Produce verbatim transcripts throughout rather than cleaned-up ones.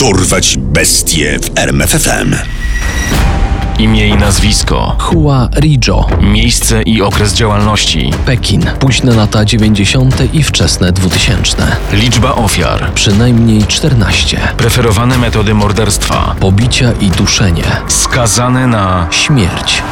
Dorwać bestie w R M F F M. Imię i nazwisko: Hua Ri-jo. Miejsce i okres działalności: Pekin. Późne lata dziewięćdziesiąte i wczesne dwutysięczne. Liczba ofiar: przynajmniej czternaście. Preferowane metody morderstwa: pobicia i duszenie. Skazany na śmierć.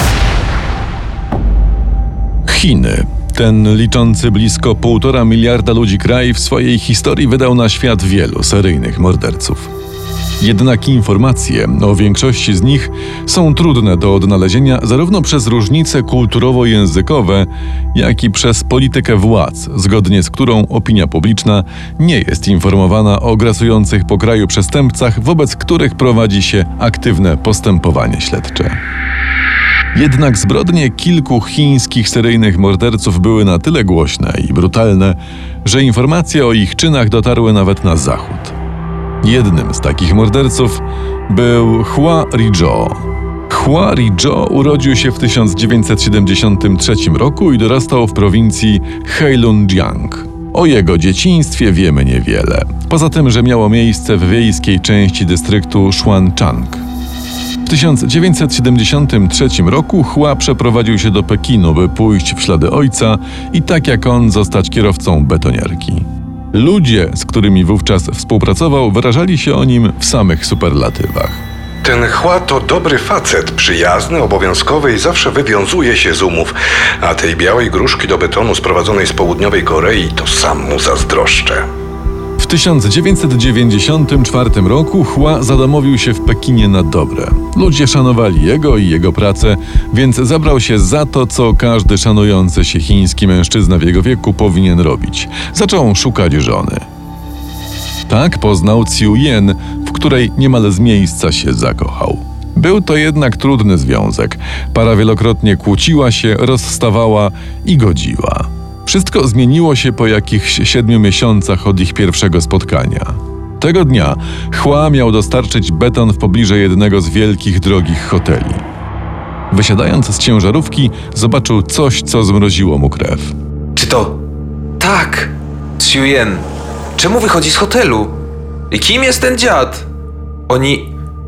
Chiny. Ten liczący blisko półtora miliarda ludzi kraj w swojej historii wydał na świat wielu seryjnych morderców. Jednak informacje o większości z nich są trudne do odnalezienia zarówno przez różnice kulturowo-językowe, jak i przez politykę władz, zgodnie z którą opinia publiczna nie jest informowana o grasujących po kraju przestępcach, wobec których prowadzi się aktywne postępowanie śledcze. Jednak zbrodnie kilku chińskich seryjnych morderców były na tyle głośne i brutalne, że informacje o ich czynach dotarły nawet na zachód. Jednym z takich morderców był Hua Ri-jo. Hua Ri-jo urodził się w tysiąc dziewięćset siedemdziesiątym trzecim roku i dorastał w prowincji Heilongjiang. O jego dzieciństwie wiemy niewiele, poza tym, że miało miejsce w wiejskiej części dystryktu Xuanchang. W tysiąc dziewięćset siedemdziesiątym trzecim roku Hua przeprowadził się do Pekinu, by pójść w ślady ojca i tak jak on zostać kierowcą betoniarki. Ludzie, z którymi wówczas współpracował, wyrażali się o nim w samych superlatywach. Ten Hua to dobry facet, przyjazny, obowiązkowy i zawsze wywiązuje się z umów, a tej białej gruszki do betonu sprowadzonej z południowej Korei to sam mu zazdroszczę. W tysiąc dziewięćset dziewięćdziesiątym czwartym roku Hua zadomowił się w Pekinie na dobre. Ludzie szanowali jego i jego pracę, więc zabrał się za to, co każdy szanujący się chiński mężczyzna w jego wieku powinien robić. Zaczął szukać żony. Tak poznał Ciu Yen, w której niemal z miejsca się zakochał. Był to jednak trudny związek. Para wielokrotnie kłóciła się, rozstawała i godziła. Wszystko zmieniło się po jakichś siedmiu miesiącach od ich pierwszego spotkania. Tego dnia Hua miał dostarczyć beton w pobliżu jednego z wielkich, drogich hoteli. Wysiadając z ciężarówki, zobaczył coś, co zmroziło mu krew. Czy to... Tak! Ciu Yen. Czemu wychodzi z hotelu? I kim jest ten dziad? Oni...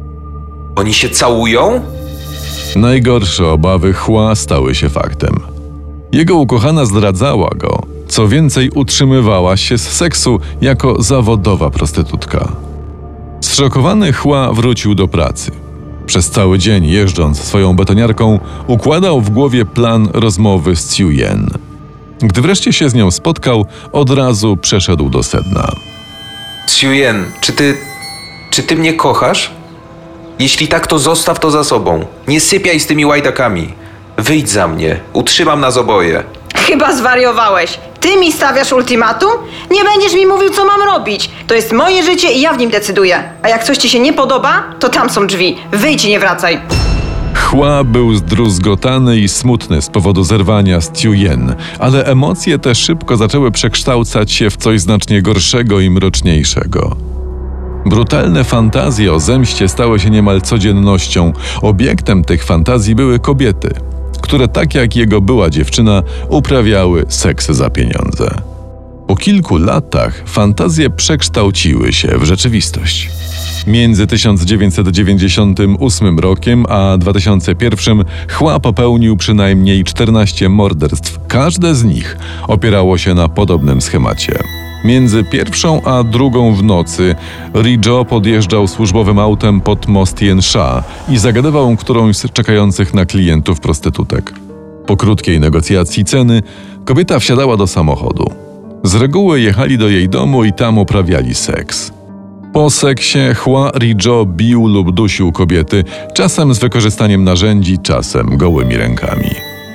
Oni się całują? Najgorsze obawy Hua stały się faktem. Jego ukochana zdradzała go, co więcej utrzymywała się z seksu jako zawodowa prostytutka. Zszokowany Hua wrócił do pracy. Przez cały dzień jeżdżąc swoją betoniarką układał w głowie plan rozmowy z Ciu Yen. Gdy wreszcie się z nią spotkał, od razu przeszedł do sedna. Ciu Yen, czy ty... czy ty mnie kochasz? Jeśli tak, to zostaw to za sobą. Nie sypiaj z tymi łajdakami. Wyjdź za mnie. Utrzymam nas oboje. Chyba zwariowałeś. Ty mi stawiasz ultimatum? Nie będziesz mi mówił, co mam robić. To jest moje życie i ja w nim decyduję. A jak coś ci się nie podoba, to tam są drzwi. Wyjdź i nie wracaj. Hua był zdruzgotany i smutny z powodu zerwania z Ciu Yen, ale emocje te szybko zaczęły przekształcać się w coś znacznie gorszego i mroczniejszego. Brutalne fantazje o zemście stały się niemal codziennością. Obiektem tych fantazji były kobiety, które tak jak jego była dziewczyna, uprawiały seks za pieniądze. Po kilku latach fantazje przekształciły się w rzeczywistość. Między tysiąc dziewięćset dziewięćdziesiątym ósmym rokiem a dwa tysiące pierwszym Hua popełnił przynajmniej czternaście morderstw. Każde z nich opierało się na podobnym schemacie. Między pierwszą a drugą w nocy Ri-jo podjeżdżał służbowym autem pod most Tiansha i zagadywał którąś z czekających na klientów prostytutek. Po krótkiej negocjacji ceny kobieta wsiadała do samochodu. Z reguły jechali do jej domu i tam uprawiali seks. Po seksie Hua Ri-jo bił lub dusił kobiety, czasem z wykorzystaniem narzędzi, czasem gołymi rękami.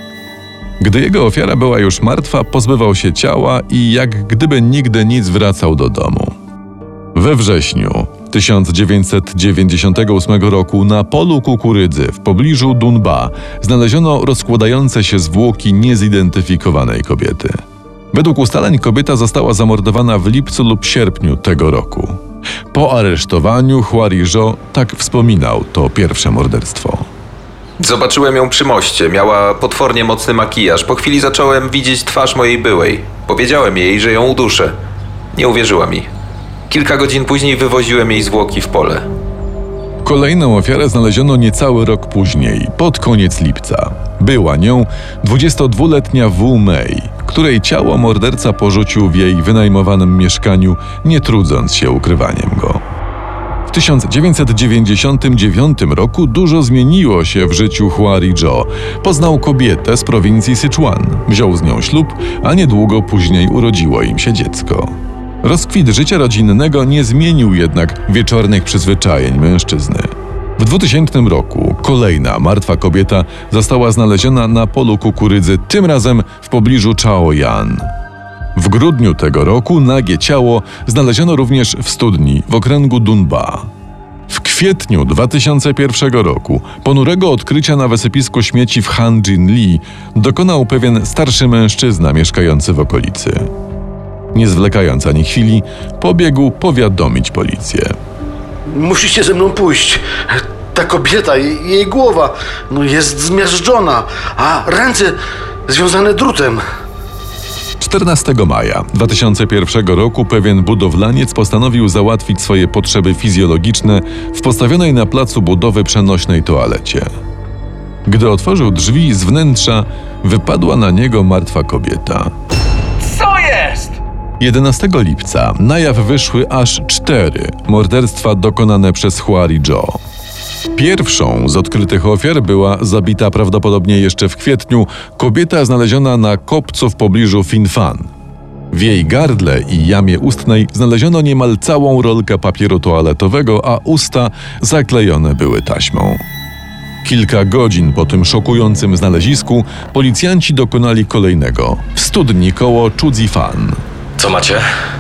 Gdy jego ofiara była już martwa, pozbywał się ciała i jak gdyby nigdy nic wracał do domu. We wrześniu tysiąc dziewięćset dziewięćdziesiątego ósmego roku na polu kukurydzy w pobliżu Dunba znaleziono rozkładające się zwłoki niezidentyfikowanej kobiety. Według ustaleń kobieta została zamordowana w lipcu lub sierpniu tego roku. Po aresztowaniu Hua Ri-jo tak wspominał to pierwsze morderstwo. Zobaczyłem ją przy moście. Miała potwornie mocny makijaż. Po chwili zacząłem widzieć twarz mojej byłej. Powiedziałem jej, że ją uduszę. Nie uwierzyła mi. Kilka godzin później wywoziłem jej zwłoki w pole. Kolejną ofiarę znaleziono niecały rok później, pod koniec lipca. Była nią dwudziestodwuletnia Wu Mei, której ciało morderca porzucił w jej wynajmowanym mieszkaniu, nie trudząc się ukrywaniem go. W tysiąc dziewięćset dziewięćdziesiątym dziewiątym roku dużo zmieniło się w życiu Huari Zhou. Poznał kobietę z prowincji Sichuan, wziął z nią ślub, a niedługo później urodziło im się dziecko. Rozkwit życia rodzinnego nie zmienił jednak wieczornych przyzwyczajeń mężczyzny. W dwutysięcznym roku kolejna martwa kobieta została znaleziona na polu kukurydzy, tym razem w pobliżu Chaoyan. W grudniu tego roku nagie ciało znaleziono również w studni w okręgu Dunba. W kwietniu dwa tysiące pierwszego roku ponurego odkrycia na wysypisku śmieci w Hanjin-li dokonał pewien starszy mężczyzna mieszkający w okolicy. Nie zwlekając ani chwili, pobiegł powiadomić policję. Musicie ze mną pójść. Ta kobieta, jej, jej głowa, no jest zmiażdżona, a ręce związane drutem. czternastego maja dwa tysiące pierwszego roku pewien budowlaniec postanowił załatwić swoje potrzeby fizjologiczne w postawionej na placu budowy przenośnej toalecie. Gdy otworzył drzwi z wnętrza, wypadła na niego martwa kobieta. Co jest? jedenastego lipca na jaw wyszły aż cztery morderstwa dokonane przez Huari Zhou. Pierwszą z odkrytych ofiar była zabita prawdopodobnie jeszcze w kwietniu kobieta znaleziona na kopcu w pobliżu Finfan. W jej gardle i jamie ustnej znaleziono niemal całą rolkę papieru toaletowego, a usta zaklejone były taśmą. Kilka godzin po tym szokującym znalezisku policjanci dokonali kolejnego w studni koło Chuzifan. Co macie?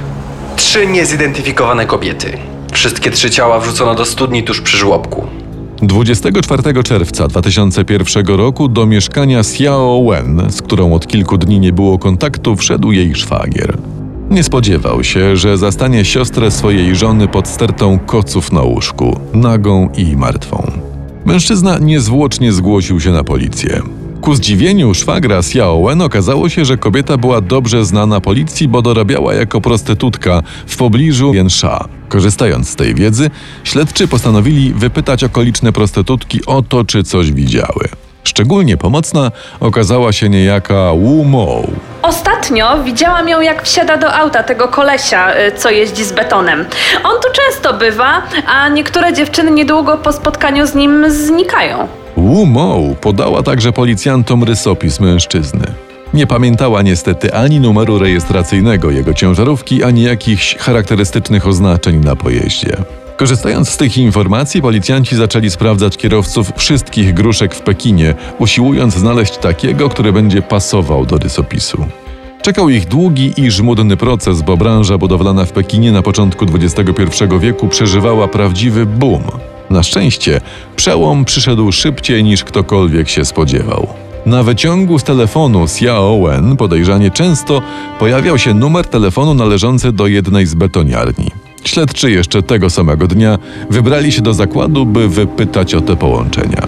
Trzy niezidentyfikowane kobiety. Wszystkie trzy ciała wrzucono do studni tuż przy żłobku. dwudziestego czwartego czerwca dwa tysiące pierwszego roku do mieszkania Xiao Wen, z którą od kilku dni nie było kontaktu, wszedł jej szwagier. Nie spodziewał się, że zastanie siostrę swojej żony pod stertą koców na łóżku, nagą i martwą. Mężczyzna niezwłocznie zgłosił się na policję. Ku zdziwieniu szwagra Xiao Wen okazało się, że kobieta była dobrze znana policji, bo dorabiała jako prostytutka w pobliżu Yansha. Korzystając z tej wiedzy, śledczy postanowili wypytać okoliczne prostytutki o to, czy coś widziały. Szczególnie pomocna okazała się niejaka Wu Mo. Ostatnio widziałam ją, jak wsiada do auta tego kolesia, co jeździ z betonem. On tu często bywa, a niektóre dziewczyny niedługo po spotkaniu z nim znikają. Wu Mo podała także policjantom rysopis mężczyzny. Nie pamiętała niestety ani numeru rejestracyjnego jego ciężarówki, ani jakichś charakterystycznych oznaczeń na pojeździe. Korzystając z tych informacji, policjanci zaczęli sprawdzać kierowców wszystkich gruszek w Pekinie, usiłując znaleźć takiego, który będzie pasował do rysopisu. Czekał ich długi i żmudny proces, bo branża budowlana w Pekinie na początku dwudziestego pierwszego wieku przeżywała prawdziwy boom. Na szczęście przełom przyszedł szybciej niż ktokolwiek się spodziewał. Na wyciągu z telefonu Xiao Wen podejrzanie często pojawiał się numer telefonu należący do jednej z betoniarni. Śledczy jeszcze tego samego dnia wybrali się do zakładu, by wypytać o te połączenia.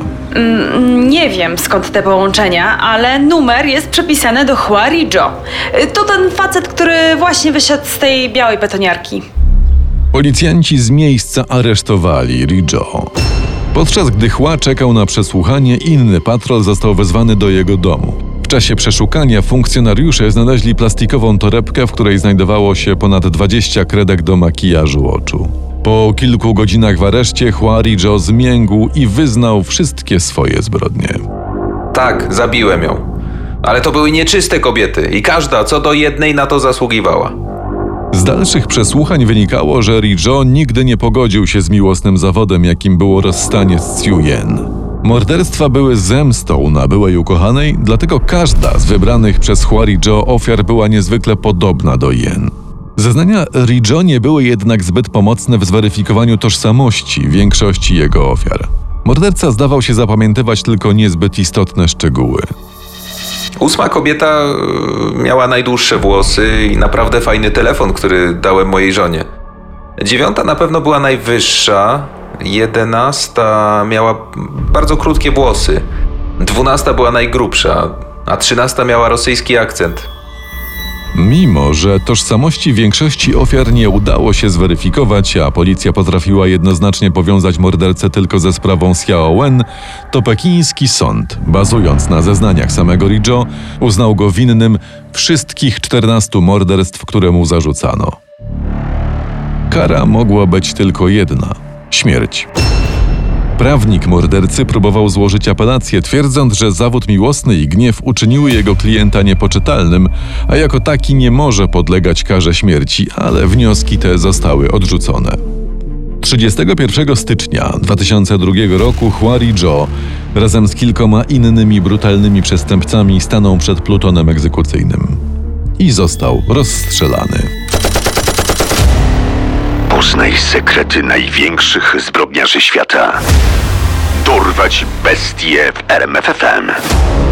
Mm, nie wiem skąd te połączenia, ale numer jest przypisany do Huari Zhou. To ten facet, który właśnie wysiadł z tej białej betoniarki. Policjanci z miejsca aresztowali Ri Zhou. Podczas gdy Hua czekał na przesłuchanie, inny patrol został wezwany do jego domu. W czasie przeszukania funkcjonariusze znaleźli plastikową torebkę, w której znajdowało się ponad dwadzieścia kredek do makijażu oczu. Po kilku godzinach w areszcie Huari Zhou zmiękł i wyznał wszystkie swoje zbrodnie. Tak, zabiłem ją. Ale to były nieczyste kobiety i każda co do jednej na to zasługiwała. Z dalszych przesłuchań wynikało, że Ri Zhou nigdy nie pogodził się z miłosnym zawodem, jakim było rozstanie z Xiu Yen. Morderstwa były zemstą na byłej ukochanej, dlatego każda z wybranych przez Huari Zhou ofiar była niezwykle podobna do Yen. Zeznania Ri Zhou nie były jednak zbyt pomocne w zweryfikowaniu tożsamości większości jego ofiar. Morderca zdawał się zapamiętywać tylko niezbyt istotne szczegóły. Ósma kobieta miała najdłuższe włosy i naprawdę fajny telefon, który dałem mojej żonie. Dziewiąta na pewno była najwyższa, jedenasta miała bardzo krótkie włosy, dwunasta była najgrubsza, a trzynasta miała rosyjski akcent. Mimo że tożsamości większości ofiar nie udało się zweryfikować, a policja potrafiła jednoznacznie powiązać mordercę tylko ze sprawą Xiao Wen, to pekiński sąd, bazując na zeznaniach samego Rizhou, uznał go winnym wszystkich czternastu morderstw, które mu zarzucano. Kara mogła być tylko jedna – śmierć. Prawnik mordercy próbował złożyć apelację, twierdząc, że zawód miłosny i gniew uczyniły jego klienta niepoczytalnym, a jako taki nie może podlegać karze śmierci, ale wnioski te zostały odrzucone. trzydziestego pierwszego stycznia dwa tysiące drugiego roku Hua Rizhou razem z kilkoma innymi brutalnymi przestępcami stanął przed plutonem egzekucyjnym i został rozstrzelany. Poznaj sekrety największych zbrodniarzy świata. Dorwać bestie w R M F F M.